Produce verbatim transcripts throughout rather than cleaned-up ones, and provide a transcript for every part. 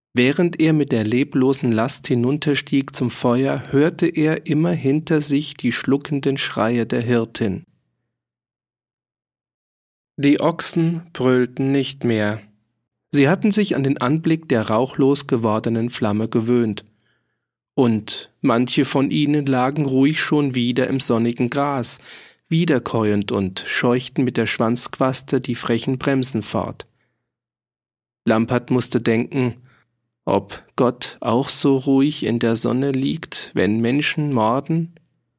Während er mit der leblosen Last hinunterstieg zum Feuer, hörte er immer hinter sich die schluckenden Schreie der Hirtin. Die Ochsen brüllten nicht mehr. Sie hatten sich an den Anblick der rauchlos gewordenen Flamme gewöhnt. Und manche von ihnen lagen ruhig schon wieder im sonnigen Gras, wiederkäuend und scheuchten mit der Schwanzquaste die frechen Bremsen fort. Lampert musste denken, ob Gott auch so ruhig in der Sonne liegt, wenn Menschen morden?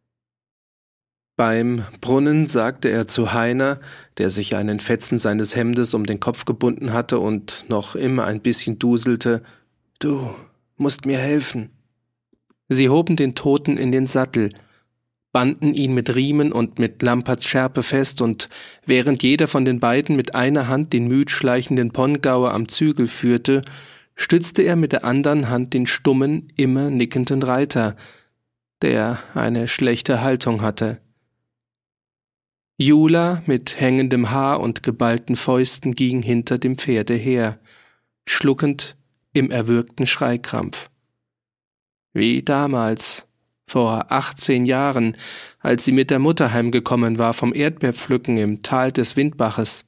Beim Brunnen sagte er zu Heiner, der sich einen Fetzen seines Hemdes um den Kopf gebunden hatte und noch immer ein bisschen duselte, »Du musst mir helfen.« Sie hoben den Toten in den Sattel, banden ihn mit Riemen und mit Lamperts Schärpe fest, und während jeder von den beiden mit einer Hand den müd schleichenden Pongauer am Zügel führte, stützte er mit der anderen Hand den stummen, immer nickenden Reiter, der eine schlechte Haltung hatte. Jula mit hängendem Haar und geballten Fäusten ging hinter dem Pferde her, schluckend im erwürgten Schreikrampf. Wie damals, vor achtzehn Jahren, als sie mit der Mutter heimgekommen war vom Erdbeerpflücken im Tal des Windbaches.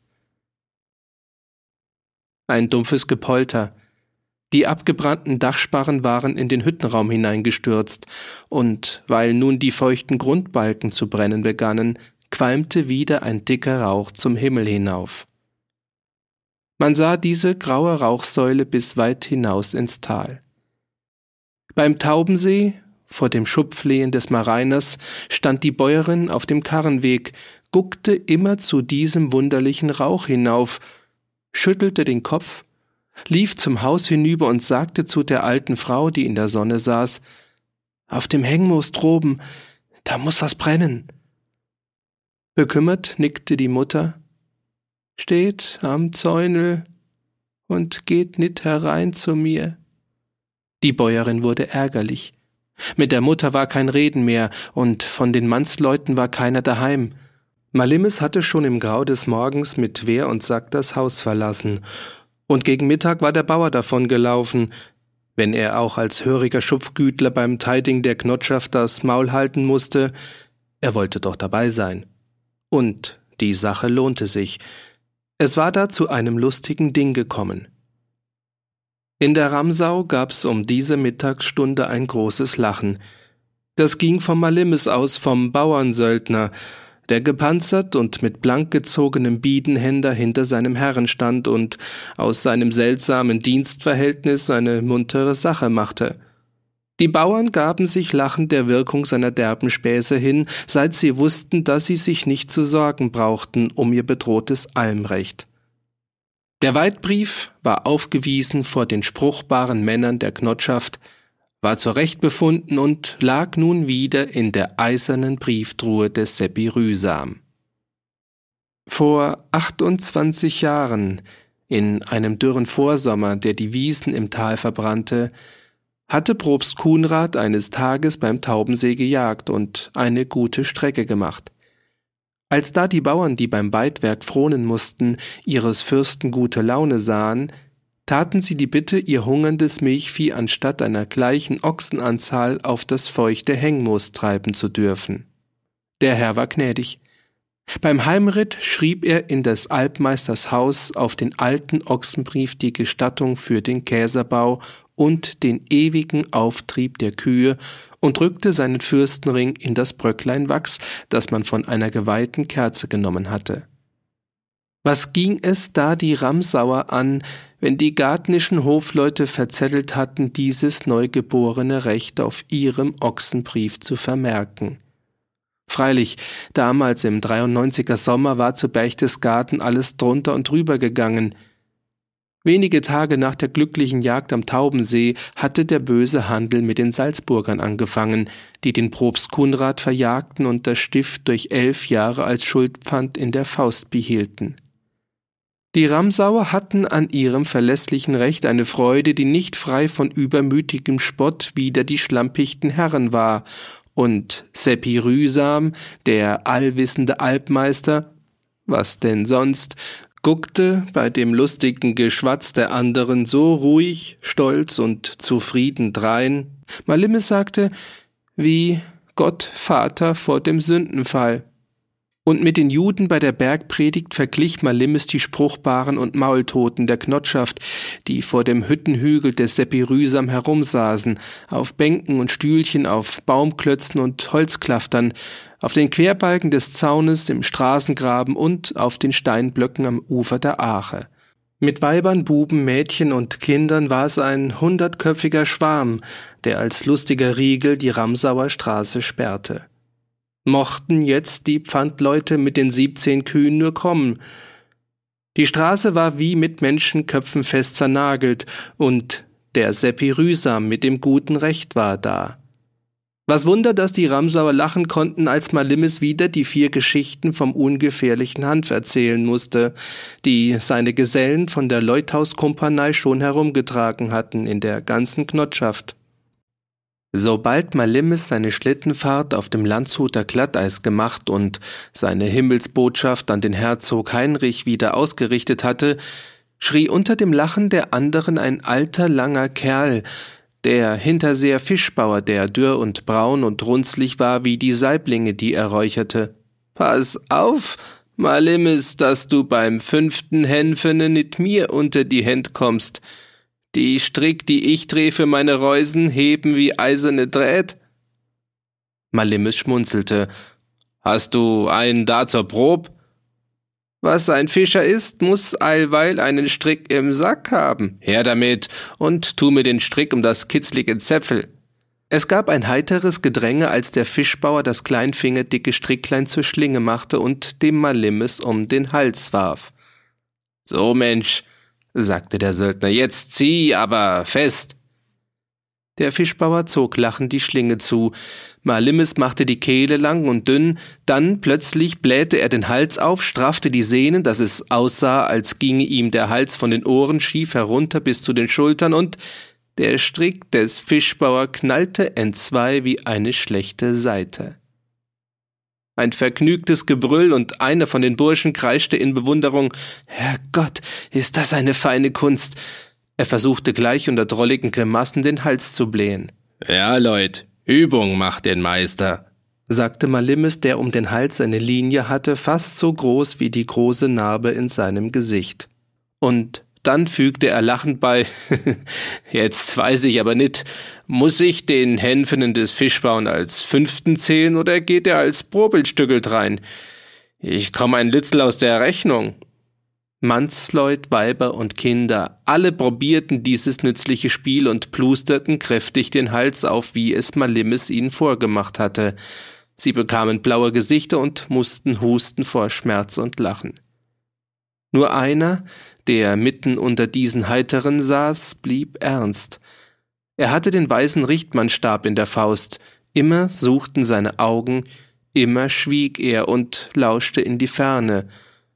Ein dumpfes Gepolter. Die abgebrannten Dachsparren waren in den Hüttenraum hineingestürzt, und weil nun die feuchten Grundbalken zu brennen begannen, qualmte wieder ein dicker Rauch zum Himmel hinauf. Man sah diese graue Rauchsäule bis weit hinaus ins Tal. Beim Taubensee, vor dem Schupflehen des Mareiners, stand die Bäuerin auf dem Karrenweg, guckte immer zu diesem wunderlichen Rauch hinauf, schüttelte den Kopf, lief zum Haus hinüber und sagte zu der alten Frau, die in der Sonne saß, »Auf dem Hengmoos droben, da muß was brennen.« Bekümmert nickte die Mutter, »Steht am Zäunel und geht nit herein zu mir.« Die Bäuerin wurde ärgerlich. Mit der Mutter war kein Reden mehr, und von den Mannsleuten war keiner daheim. Malimes hatte schon im Grau des Morgens mit Wehr und Sack das Haus verlassen, und gegen Mittag war der Bauer davongelaufen, wenn er auch als höriger Schupfgütler beim Teiding der Knotschaft das Maul halten musste, er wollte doch dabei sein. Und die Sache lohnte sich. Es war da zu einem lustigen Ding gekommen. In der Ramsau gab's um diese Mittagsstunde ein großes Lachen. Das ging vom Malimes aus, vom Bauernsöldner, der gepanzert und mit blank gezogenem Biedenhänder hinter seinem Herren stand und aus seinem seltsamen Dienstverhältnis eine muntere Sache machte. Die Bauern gaben sich lachend der Wirkung seiner derben Späße hin, seit sie wussten, dass sie sich nicht zu sorgen brauchten um ihr bedrohtes Almrecht. Der Weidbrief war aufgewiesen vor den spruchbaren Männern der Knotschaft, war zurecht befunden und lag nun wieder in der eisernen Brieftruhe des Seppi Rühsam. Vor achtundzwanzig Jahren, in einem dürren Vorsommer, der die Wiesen im Tal verbrannte, hatte Propst Kuhnrad eines Tages beim Taubensee gejagt und eine gute Strecke gemacht. Als da die Bauern, die beim Weidwerk fronen mussten, ihres Fürsten gute Laune sahen, taten sie die Bitte, ihr hungerndes Milchvieh anstatt einer gleichen Ochsenanzahl auf das feuchte Hengmoos treiben zu dürfen. Der Herr war gnädig. Beim Heimritt schrieb er in des Alpmeisters Haus auf den alten Ochsenbrief die Gestattung für den Käserbau und den ewigen Auftrieb der Kühe und drückte seinen Fürstenring in das Bröcklein Wachs, das man von einer geweihten Kerze genommen hatte. Was ging es da die Ramsauer an, wenn die gartnischen Hofleute verzettelt hatten, dieses neugeborene Recht auf ihrem Ochsenbrief zu vermerken? Freilich, damals im dreiundneunziger Sommer war zu Berchtesgaden alles drunter und drüber gegangen. Wenige Tage nach der glücklichen Jagd am Taubensee hatte der böse Handel mit den Salzburgern angefangen, die den Propst Kuhnrad verjagten und das Stift durch elf Jahre als Schuldpfand in der Faust behielten. Die Ramsauer hatten an ihrem verlässlichen Recht eine Freude, die nicht frei von übermütigem Spott wider die schlampichten Herren war, und Seppi Rühsam, der allwissende Alpmeister, was denn sonst, guckte bei dem lustigen Geschwatz der anderen so ruhig, stolz und zufrieden drein. Malimis sagte, wie Gott Vater vor dem Sündenfall. Und mit den Juden bei der Bergpredigt verglich Malimis die Spruchbaren und Maultoten der Knotschaft, die vor dem Hüttenhügel des Seppirüsam herumsaßen, auf Bänken und Stühlchen, auf Baumklötzen und Holzklaftern, auf den Querbalken des Zaunes, im Straßengraben und auf den Steinblöcken am Ufer der Ache. Mit Weibern, Buben, Mädchen und Kindern war es ein hundertköpfiger Schwarm, der als lustiger Riegel die Ramsauer Straße sperrte. Mochten jetzt die Pfandleute mit den siebzehn Kühen nur kommen. Die Straße war wie mit Menschenköpfen fest vernagelt, und der Seppirüsam mit dem guten Recht war da. Was Wunder, dass die Ramsauer lachen konnten, als Malimis wieder die vier Geschichten vom ungefährlichen Hanf erzählen musste, die seine Gesellen von der Leuthauskumpanei schon herumgetragen hatten in der ganzen Knotschaft. Sobald Malimis seine Schlittenfahrt auf dem Landshuter Glatteis gemacht und seine Himmelsbotschaft an den Herzog Heinrich wieder ausgerichtet hatte, schrie unter dem Lachen der anderen ein alter, langer Kerl, der Hinterseher Fischbauer, der dürr und braun und runzlig war wie die Saiblinge, die er räucherte. »Pass auf, Malimis, dass du beim fünften Hänfene nit mir unter die Händ kommst. Die Strick, die ich dreh für meine Reusen, heben wie eiserne Drät.« Malimis schmunzelte. »Hast du einen da zur Prob?« »Was ein Fischer ist, muß allweil einen Strick im Sack haben. Her damit und tu mir den Strick um das kitzlige Zäpfel.« Es gab ein heiteres Gedränge, als der Fischbauer das kleinfingerdicke Stricklein zur Schlinge machte und dem Malimis um den Hals warf. »So, Mensch«, sagte der Söldner, »jetzt zieh, aber fest!« Der Fischbauer zog lachend die Schlinge zu. Malimis machte die Kehle lang und dünn, dann plötzlich blähte er den Hals auf, straffte die Sehnen, dass es aussah, als ginge ihm der Hals von den Ohren schief herunter bis zu den Schultern, und der Strick des Fischbauer knallte entzwei wie eine schlechte Seite. Ein vergnügtes Gebrüll, und einer von den Burschen kreischte in Bewunderung, »Herrgott, ist das eine feine Kunst!« Er versuchte gleich unter drolligen Grimassen den Hals zu blähen. »Ja, Leut, Übung macht den Meister«, sagte Malimis, der um den Hals eine Linie hatte, fast so groß wie die große Narbe in seinem Gesicht. Und dann fügte er lachend bei, »Jetzt weiß ich aber nit, muss ich den Hänfenen des Fischbauern als Fünften zählen oder geht er als Probelstückelt rein? Ich komm ein Lützel aus der Rechnung.« Mannsleut, Weiber und Kinder, alle probierten dieses nützliche Spiel und plusterten kräftig den Hals auf, wie es Malimis ihnen vorgemacht hatte. Sie bekamen blaue Gesichter und mussten husten vor Schmerz und Lachen. Nur einer, der mitten unter diesen Heiteren saß, blieb ernst. Er hatte den weißen Richtmannstab in der Faust, immer suchten seine Augen, immer schwieg er und lauschte in die Ferne.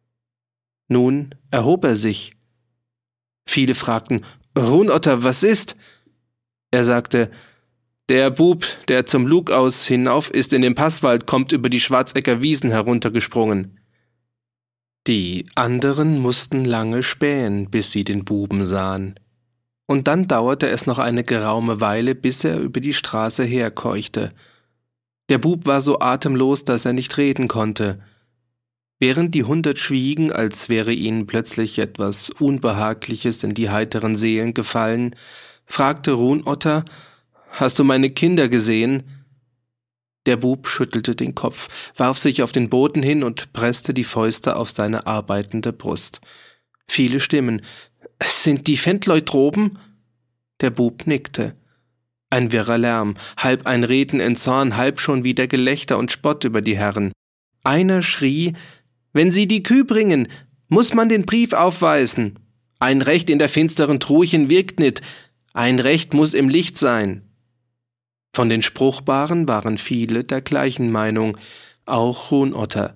Nun erhob er sich. Viele fragten, »Runotter, was ist?« Er sagte, »Der Bub, der zum Lugaus hinauf ist in den Passwald, kommt über die Schwarzecker Wiesen heruntergesprungen.« Die anderen mussten lange spähen, bis sie den Buben sahen. Und dann dauerte es noch eine geraume Weile, bis er über die Straße herkeuchte. Der Bub war so atemlos, dass er nicht reden konnte. Während die Hundert schwiegen, als wäre ihnen plötzlich etwas Unbehagliches in die heiteren Seelen gefallen, fragte Runotter, »Hast du meine Kinder gesehen?« Der Bub schüttelte den Kopf, warf sich auf den Boden hin und presste die Fäuste auf seine arbeitende Brust. Viele Stimmen, »Sind die Fendleut droben?« Der Bub nickte. Ein wirrer Lärm, halb ein Reden in Zorn, halb schon wieder Gelächter und Spott über die Herren. Einer schrie, »Wenn Sie die Küh bringen, muss man den Brief aufweisen. Ein Recht in der finsteren Truchen wirkt nit, ein Recht muss im Licht sein.« Von den Spruchbaren waren viele der gleichen Meinung, auch Runotter.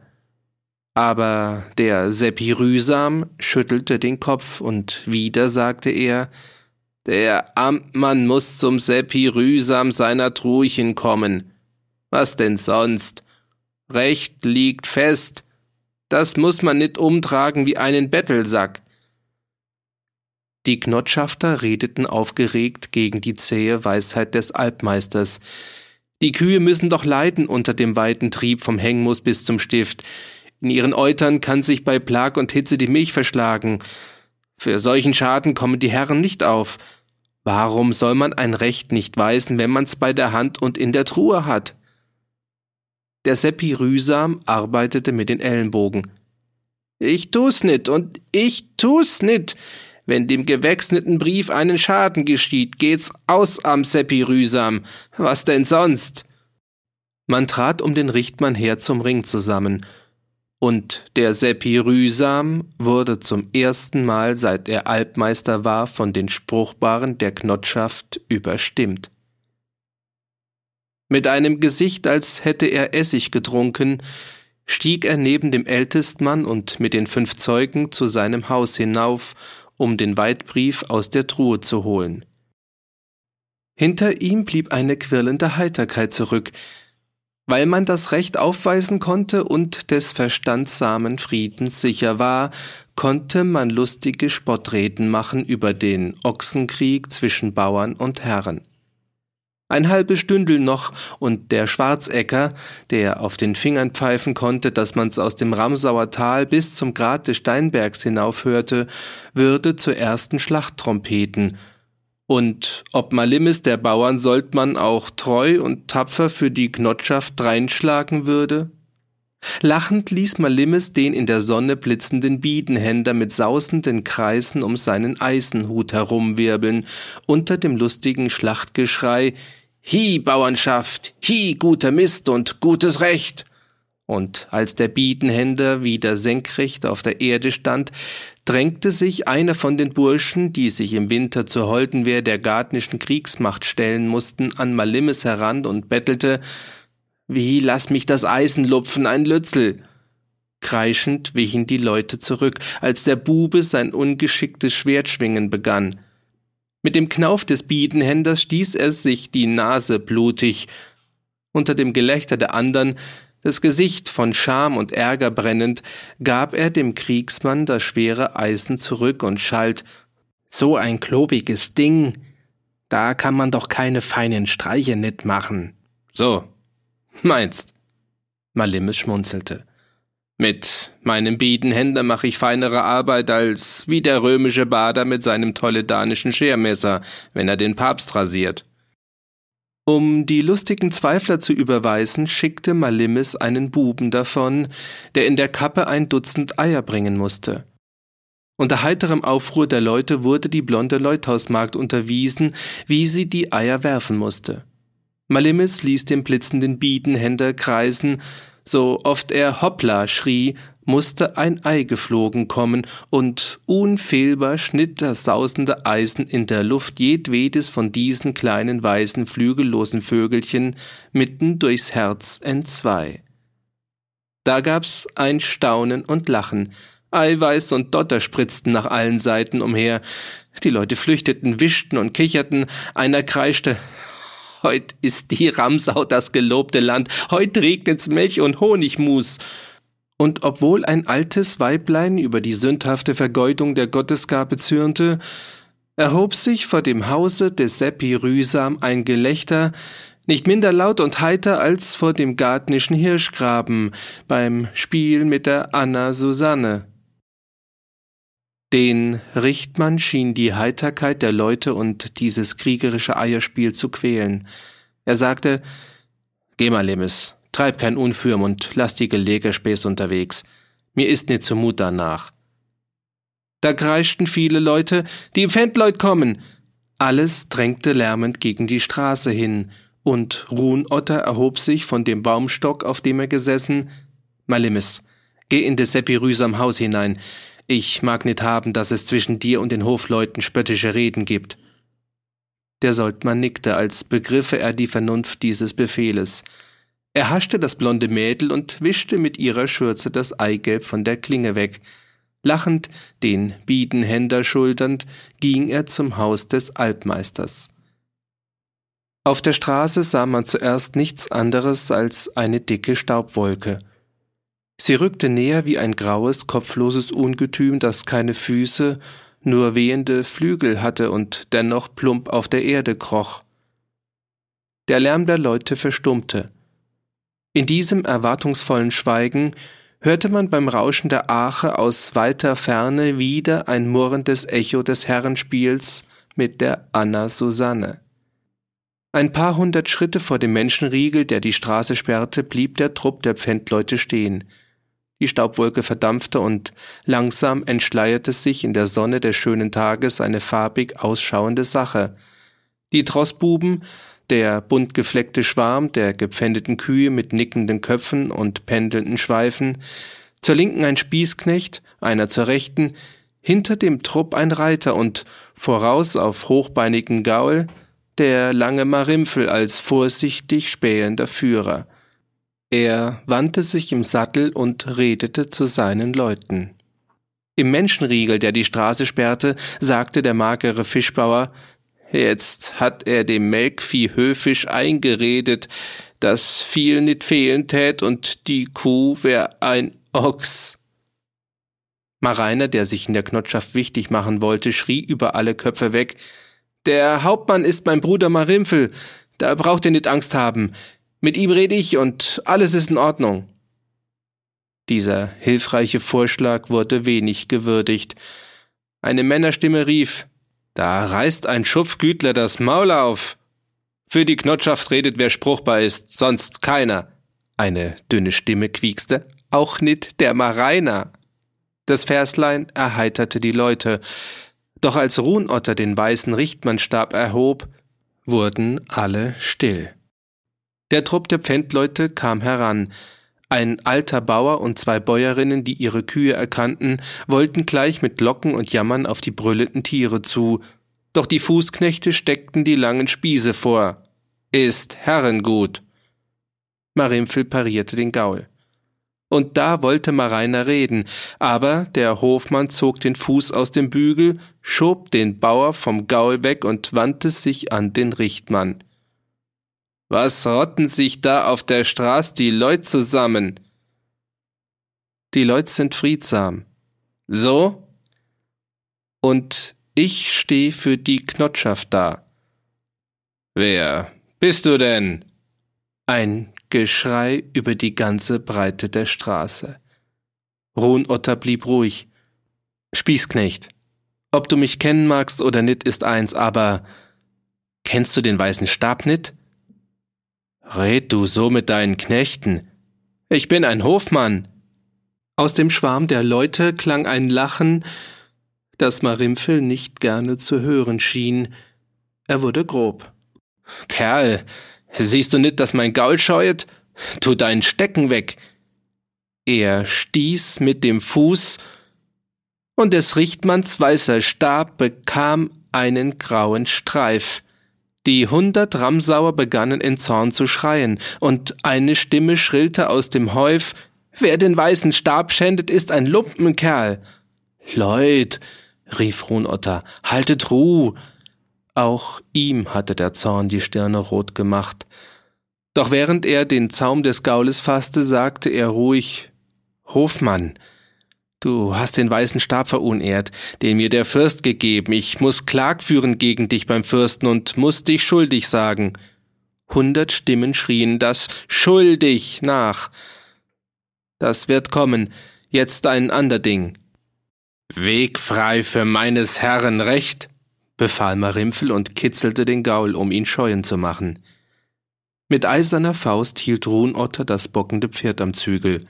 Aber der Seppirüsam schüttelte den Kopf, und wieder sagte er, »Der Amtmann muß zum Seppirüsam seiner Truchen kommen. Was denn sonst? Recht liegt fest. Das muss man nicht umtragen wie einen Bettelsack. Die Knotschafter redeten aufgeregt gegen die zähe Weisheit des Alpmeisters. Die Kühe müssen doch leiden unter dem weiten Trieb vom Hengmus bis zum Stift. In ihren Eutern kann sich bei Plag und Hitze die Milch verschlagen. Für solchen Schaden kommen die Herren nicht auf. Warum soll man ein Recht nicht weisen, wenn man's bei der Hand und in der Truhe hat? Der Seppi Rühsam arbeitete mit den Ellenbogen. »Ich tu's nit und ich tu's nit. Wenn dem gewechselten Brief einen Schaden geschieht, geht's aus am Seppi Rühsam. Was denn sonst?« Man trat um den Richtmann her zum Ring zusammen, und der Seppi Rühsam wurde zum ersten Mal, seit er Alpmeister war, von den Spruchbaren der Knotschaft überstimmt. Mit einem Gesicht, als hätte er Essig getrunken, stieg er neben dem Ältestmann und mit den fünf Zeugen zu seinem Haus hinauf, um den Weidbrief aus der Truhe zu holen. Hinter ihm blieb eine quirlende Heiterkeit zurück, weil man das Recht aufweisen konnte und des verstandsamen Friedens sicher war, konnte man lustige Spottreden machen über den Ochsenkrieg zwischen Bauern und Herren. Ein halbes Stündel noch, und der Schwarzäcker, der auf den Fingern pfeifen konnte, dass man's aus dem Ramsauer Tal bis zum Grat des Steinbergs hinaufhörte, würde zur ersten Schlacht trompeten. Und ob Malimis der Bauernsoldmann auch treu und tapfer für die Knotschaft dreinschlagen würde? Lachend ließ Malimis den in der Sonne blitzenden Biedenhänder mit sausenden Kreisen um seinen Eisenhut herumwirbeln, unter dem lustigen Schlachtgeschrei: »Hi, Bauernschaft! Hi, guter Mist und gutes Recht!« Und als der Biedenhänder wieder senkrecht auf der Erde stand, drängte sich einer von den Burschen, die sich im Winter zur Holdenwehr der gartnischen Kriegsmacht stellen mussten, an Malimis heran und bettelte: »Wie, lass mich das Eisen lupfen, ein Lützel!« Kreischend wichen die Leute zurück, als der Bube sein ungeschicktes Schwertschwingen begann. Mit dem Knauf des Biedenhänders stieß er sich die Nase blutig. Unter dem Gelächter der andern, das Gesicht von Scham und Ärger brennend, gab er dem Kriegsmann das schwere Eisen zurück und schalt: »So ein klobiges Ding, da kann man doch keine feinen Streiche nit machen.« »So, meinst?« Malimis schmunzelte. »Mit meinem Biedenhänder mache ich feinere Arbeit als wie der römische Bader mit seinem toledanischen Schermesser, wenn er den Papst rasiert.« Um die lustigen Zweifler zu überweisen, schickte Malimis einen Buben davon, der in der Kappe ein Dutzend Eier bringen musste. Unter heiterem Aufruhr der Leute wurde die blonde Leuthausmagd unterwiesen, wie sie die Eier werfen musste. Malimis ließ den blitzenden Biedenhänder kreisen. So oft er »Hoppla« schrie, musste ein Ei geflogen kommen, und unfehlbar schnitt das sausende Eisen in der Luft jedwedes von diesen kleinen weißen flügellosen Vögelchen mitten durchs Herz entzwei. Da gab's ein Staunen und Lachen. Eiweiß und Dotter spritzten nach allen Seiten umher. Die Leute flüchteten, wischten und kicherten. Einer kreischte: »Heut ist die Ramsau das gelobte Land, heut regnet's Milch und Honigmus.« Und obwohl ein altes Weiblein über die sündhafte Vergeudung der Gottesgabe zürnte, erhob sich vor dem Hause des Seppi Rühsam ein Gelächter, nicht minder laut und heiter als vor dem gartnischen Hirschgraben beim Spiel mit der Anna Susanne. Den Richtmann schien die Heiterkeit der Leute und dieses kriegerische Eierspiel zu quälen. Er sagte: »Geh mal, Malimis, treib kein Unfürm und lass die Gelegerspäß unterwegs. Mir ist nicht zumut danach.« Da kreischten viele Leute: »Die Pfändleut kommen!« Alles drängte lärmend gegen die Straße hin, und Ruhnotter erhob sich von dem Baumstock, auf dem er gesessen. »Malimis, geh in des Seppi Rühsam Haus hinein. Ich mag nicht haben, dass es zwischen dir und den Hofleuten spöttische Reden gibt.« Der Soldmann nickte, als begriffe er die Vernunft dieses Befehles. Er haschte das blonde Mädel und wischte mit ihrer Schürze das Eigelb von der Klinge weg. Lachend, den Biedenhänder schulternd, ging er zum Haus des Alpmeisters. Auf der Straße sah man zuerst nichts anderes als eine dicke Staubwolke. Sie rückte näher wie ein graues, kopfloses Ungetüm, das keine Füße, nur wehende Flügel hatte und dennoch plump auf der Erde kroch. Der Lärm der Leute verstummte. In diesem erwartungsvollen Schweigen hörte man beim Rauschen der Arche aus weiter Ferne wieder ein murrendes Echo des Herrenspiels mit der Anna Susanne. Ein paar hundert Schritte vor dem Menschenriegel, der die Straße sperrte, blieb der Trupp der Pfändleute stehen. Die Staubwolke verdampfte und langsam entschleierte sich in der Sonne des schönen Tages eine farbig ausschauende Sache. Die Trossbuben, der bunt gefleckte Schwarm der gepfändeten Kühe mit nickenden Köpfen und pendelnden Schweifen, zur Linken ein Spießknecht, einer zur Rechten, hinter dem Trupp ein Reiter und voraus auf hochbeinigem Gaul der lange Marimpfel als vorsichtig spähender Führer. Er wandte sich im Sattel und redete zu seinen Leuten. Im Menschenriegel, der die Straße sperrte, sagte der magere Fischbauer: »Jetzt hat er dem Melkvieh höfisch eingeredet, dass viel nit fehlen tät und die Kuh wär ein Ochs.« Mareiner, der sich in der Knotschaft wichtig machen wollte, schrie über alle Köpfe weg: »Der Hauptmann ist mein Bruder Marimpfel, da braucht ihr nit Angst haben. Mit ihm rede ich und alles ist in Ordnung.« Dieser hilfreiche Vorschlag wurde wenig gewürdigt. Eine Männerstimme rief: »Da reißt ein Schupfgütler das Maul auf. Für die Knotschaft redet, wer spruchbar ist, sonst keiner.« Eine dünne Stimme quiekste: »Auch nit der Mareiner.« Das Verslein erheiterte die Leute. Doch als Ruhnotter den weißen Richtmannstab erhob, wurden alle still. Der Trupp der Pfändleute kam heran. Ein alter Bauer und zwei Bäuerinnen, die ihre Kühe erkannten, wollten gleich mit Locken und Jammern auf die brüllenden Tiere zu. Doch die Fußknechte steckten die langen Spieße vor. »Ist Herrengut!« Marimpfel parierte den Gaul. Und da wollte Mareiner reden, aber der Hofmann zog den Fuß aus dem Bügel, schob den Bauer vom Gaul weg und wandte sich an den Richtmann. »Was rotten sich da auf der Straß die Leut zusammen?« »Die Leut sind friedsam.« »So?« »Und ich steh für die Knotschaft da.« »Wer bist du denn?« Ein Geschrei über die ganze Breite der Straße. Ruhnotter blieb ruhig. »Spießknecht, ob du mich kennen magst oder nit, ist eins, aber kennst du den weißen Stab nit?« »Red du so mit deinen Knechten? Ich bin ein Hofmann.« Aus dem Schwarm der Leute klang ein Lachen, das Marimpfel nicht gerne zu hören schien. Er wurde grob. »Kerl, siehst du nit, dass mein Gaul scheuet? Tu deinen Stecken weg!« Er stieß mit dem Fuß, und des Richtmanns weißer Stab bekam einen grauen Streif. Die hundert Ramsauer begannen in Zorn zu schreien, und eine Stimme schrillte aus dem Häuf: »Wer den weißen Stab schändet, ist ein Lumpenkerl!« »Leut«, rief Ruhnotter, »haltet Ruh!« Auch ihm hatte der Zorn die Stirne rot gemacht. Doch während er den Zaum des Gaules fasste, sagte er ruhig: »Hofmann, du hast den weißen Stab verunehrt, den mir der Fürst gegeben. Ich muß Klag führen gegen dich beim Fürsten und muß dich schuldig sagen.« Hundert Stimmen schrien das »Schuldig« nach. »Das wird kommen, jetzt ein ander Ding.« »Weg frei für meines Herren Recht«, befahl Marimpfel und kitzelte den Gaul, um ihn scheuen zu machen. Mit eiserner Faust hielt Ruhnotter das bockende Pferd am Zügel.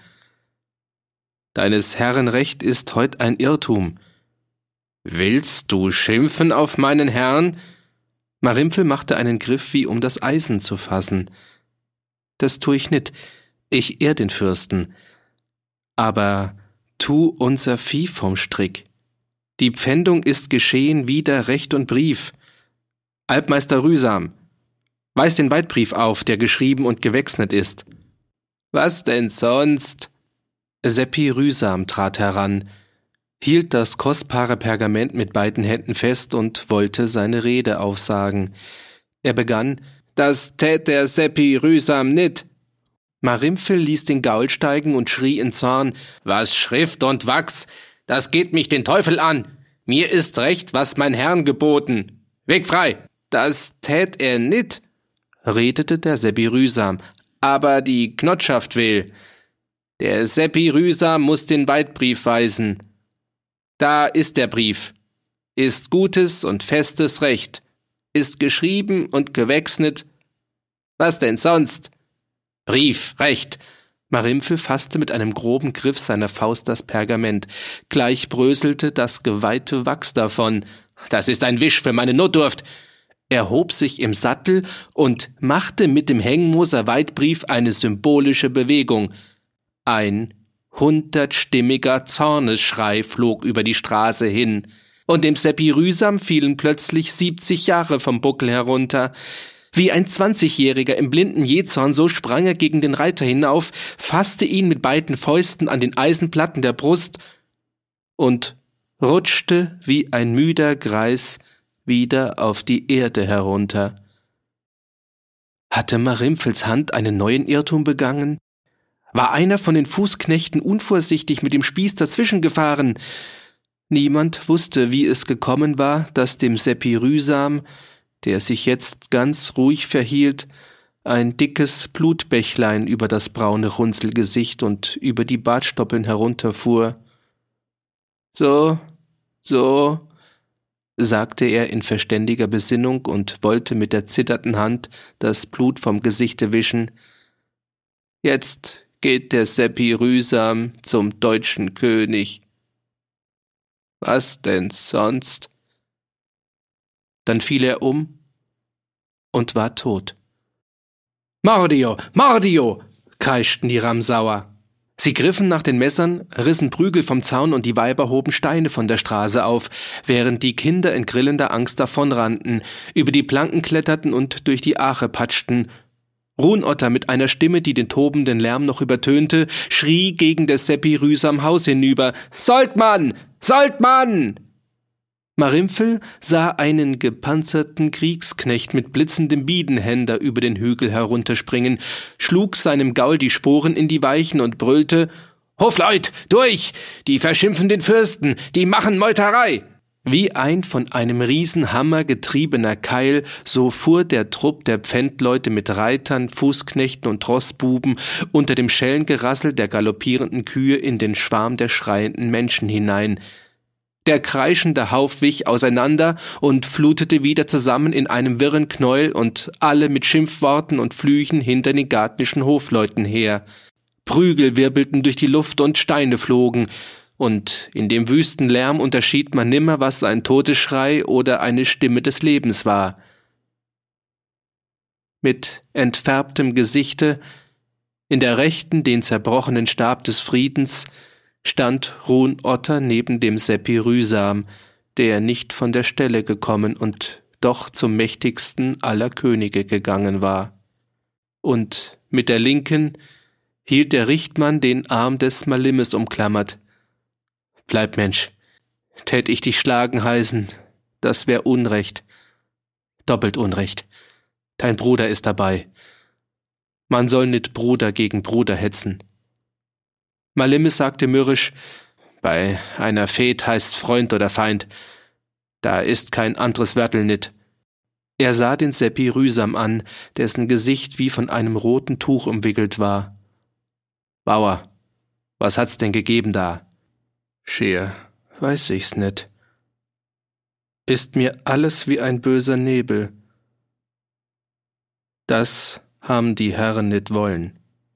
»Deines Herren Recht ist heut ein Irrtum.« »Willst du schimpfen auf meinen Herrn?« Marimpfel machte einen Griff, wie um das Eisen zu fassen. »Das tu ich nit, ich ehr den Fürsten. Aber tu unser Vieh vom Strick. Die Pfändung ist geschehen wider Recht und Brief. Albmeister Rühsam, weis den Weidbrief auf, der geschrieben und gewechselt ist.« »Was denn sonst?« Seppi Rühsam trat heran, hielt das kostbare Pergament mit beiden Händen fest und wollte seine Rede aufsagen. Er begann: »Das tät der Seppi Rühsam nit.« Marimpfel ließ den Gaul steigen und schrie in Zorn: »Was Schrift und Wachs, das geht mich den Teufel an! Mir ist recht, was mein Herrn geboten! Weg frei!« »Das tät er nit«, redete der Seppi Rühsam, »aber die Knotschaft will. Der Seppi Rühsam muß den Weidbrief weisen. Da ist der Brief. Ist gutes und festes Recht. Ist geschrieben und gewechsnet. Was denn sonst? Brief, Recht.« Marimpfel fasste mit einem groben Griff seiner Faust das Pergament. Gleich bröselte das geweihte Wachs davon. »Das ist ein Wisch für meine Notdurft!« Er hob sich im Sattel und machte mit dem Hengmoser Weidbrief eine symbolische Bewegung. Ein hundertstimmiger Zornesschrei flog über die Straße hin, und dem Seppi Rühsam fielen plötzlich siebzig Jahre vom Buckel herunter. Wie ein Zwanzigjähriger im blinden Jähzorn, so sprang er gegen den Reiter hinauf, fasste ihn mit beiden Fäusten an den Eisenplatten der Brust und rutschte wie ein müder Greis wieder auf die Erde herunter. Hatte Marimpfels Hand einen neuen Irrtum begangen? War einer von den Fußknechten unvorsichtig mit dem Spieß dazwischen gefahren? Niemand wusste, wie es gekommen war, dass dem Seppi Rühsam, der sich jetzt ganz ruhig verhielt, ein dickes Blutbächlein über das braune Runzelgesicht und über die Bartstoppeln herunterfuhr. »So, so«, sagte er in verständiger Besinnung und wollte mit der zitternden Hand das Blut vom Gesichte wischen. »Jetzt geht der Seppi Rühsam zum deutschen König. Was denn sonst?« Dann fiel er um und war tot. »Mordio, Mordio«, kreischten die Ramsauer. Sie griffen nach den Messern, rissen Prügel vom Zaun und die Weiber hoben Steine von der Straße auf, während die Kinder in grillender Angst davonrannten, über die Planken kletterten und durch die Ache patschten. Ruhnotter mit einer Stimme, die den tobenden Lärm noch übertönte, schrie gegen des Seppi Rühsam Haus hinüber: »Sollt man! Sollt man!« Marimpfel sah einen gepanzerten Kriegsknecht mit blitzendem Biedenhänder über den Hügel herunterspringen, schlug seinem Gaul die Sporen in die Weichen und brüllte: »Hofleut, durch! Die verschimpfen den Fürsten, die machen Meuterei!« Wie ein von einem Riesenhammer getriebener Keil, so fuhr der Trupp der Pfändleute mit Reitern, Fußknechten und Trossbuben unter dem Schellengerassel der galoppierenden Kühe in den Schwarm der schreienden Menschen hinein. Der kreischende Hauf wich auseinander und flutete wieder zusammen in einem wirren Knäuel und alle mit Schimpfworten und Flüchen hinter den gartnischen Hofleuten her. Prügel wirbelten durch die Luft und Steine flogen, und in dem wüsten Lärm unterschied man nimmer, was ein Todesschrei oder eine Stimme des Lebens war. Mit entfärbtem Gesichte, in der Rechten den zerbrochenen Stab des Friedens, stand Ruhnotter neben dem Seppi Rühsam, der nicht von der Stelle gekommen und doch zum mächtigsten aller Könige gegangen war. Und mit der Linken hielt der Richtmann den Arm des Malimes umklammert. »Bleib, Mensch, tät ich dich schlagen heißen, das wär Unrecht, doppelt Unrecht. Dein Bruder ist dabei. Man soll nit Bruder gegen Bruder hetzen.« Malimes sagte mürrisch: »Bei einer Fehd heißt's Freund oder Feind. Da ist kein anderes Wörtel nit.« Er sah den Seppi Rühsam an, dessen Gesicht wie von einem roten Tuch umwickelt war. »Bauer, was hat's denn gegeben da?« »Schier, weiß ich's nit. Ist mir alles wie ein böser Nebel. Das haben die Herren nit wollen.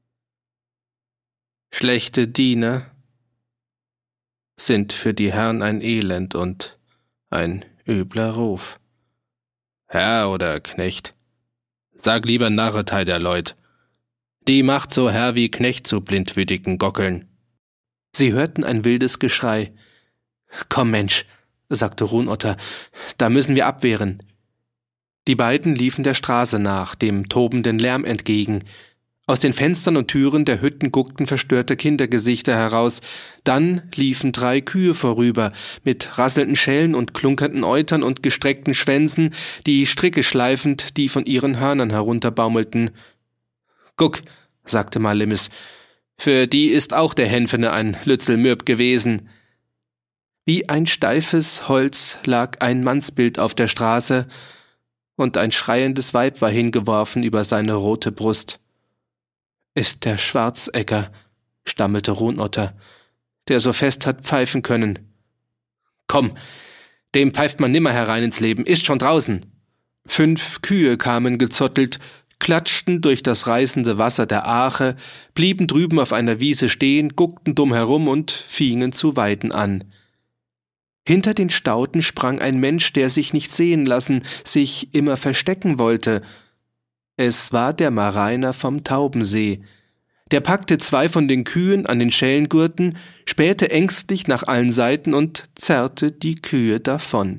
Schlechte Diener sind für die Herren ein Elend und ein übler Ruf.« »Herr oder Knecht? Sag lieber Narretei der Leut. Die macht so Herr wie Knecht zu blindwütigen Gockeln.« Sie hörten ein wildes Geschrei. »Komm, Mensch«, sagte Ruhnotter, »da müssen wir abwehren.« Die beiden liefen der Straße nach, dem tobenden Lärm entgegen. Aus den Fenstern und Türen der Hütten guckten verstörte Kindergesichter heraus. Dann liefen drei Kühe vorüber, mit rasselnden Schellen und klunkernden Eutern und gestreckten Schwänzen, die Stricke schleifend, die von ihren Hörnern herunterbaumelten. »Guck«, sagte Malemis. »Für die ist auch der Hänfene ein Lützelmürb gewesen.« Wie ein steifes Holz lag ein Mannsbild auf der Straße, und ein schreiendes Weib war hingeworfen über seine rote Brust. »Ist der Schwarzegger«, stammelte Runotter, »der so fest hat pfeifen können.« »Komm, dem pfeift man nimmer herein ins Leben, ist schon draußen.« Fünf Kühe kamen gezottelt, klatschten durch das reißende Wasser der Arche, blieben drüben auf einer Wiese stehen, guckten dumm herum und fingen zu weiden an. Hinter den Stauden sprang ein Mensch, der sich nicht sehen lassen, sich immer verstecken wollte. Es war der Mareiner vom Taubensee. Der packte zwei von den Kühen an den Schellengurten, spähte ängstlich nach allen Seiten und zerrte die Kühe davon.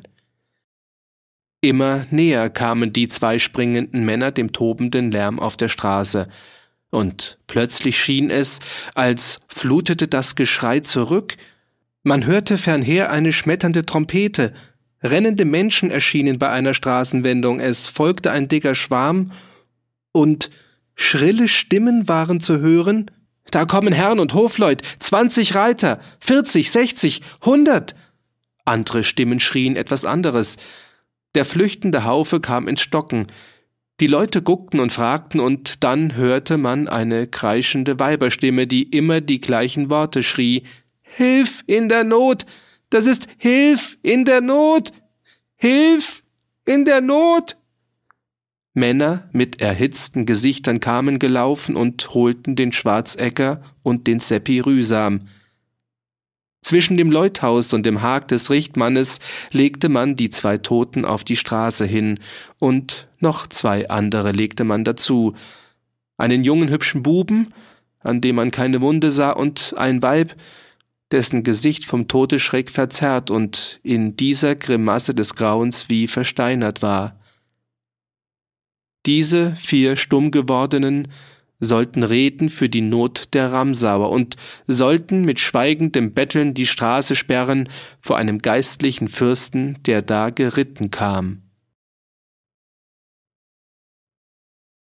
Immer näher kamen die zwei springenden Männer dem tobenden Lärm auf der Straße, und plötzlich schien es, als flutete das Geschrei zurück. Man hörte fernher eine schmetternde Trompete, rennende Menschen erschienen bei einer Straßenwendung, es folgte ein dicker Schwarm, und schrille Stimmen waren zu hören. »Da kommen Herren und Hofleut, zwanzig Reiter, vierzig, sechzig, hundert!« Andere Stimmen schrien etwas anderes. Der flüchtende Haufe kam ins Stocken. Die Leute guckten und fragten, und dann hörte man eine kreischende Weiberstimme, die immer die gleichen Worte schrie. »Hilf in der Not! Das ist Hilf in der Not! Hilf in der Not!« Männer mit erhitzten Gesichtern kamen gelaufen und holten den Schwarzegger und den Seppi Rühsam. Zwischen dem Leuthaus und dem Hag des Richtmannes legte man die zwei Toten auf die Straße hin, und noch zwei andere legte man dazu. Einen jungen hübschen Buben, an dem man keine Wunde sah, und ein Weib, dessen Gesicht vom Todesschreck verzerrt und in dieser Grimasse des Grauens wie versteinert war. Diese vier stumm gewordenen sollten reden für die Not der Ramsauer und sollten mit schweigendem Betteln die Straße sperren vor einem geistlichen Fürsten, der da geritten kam.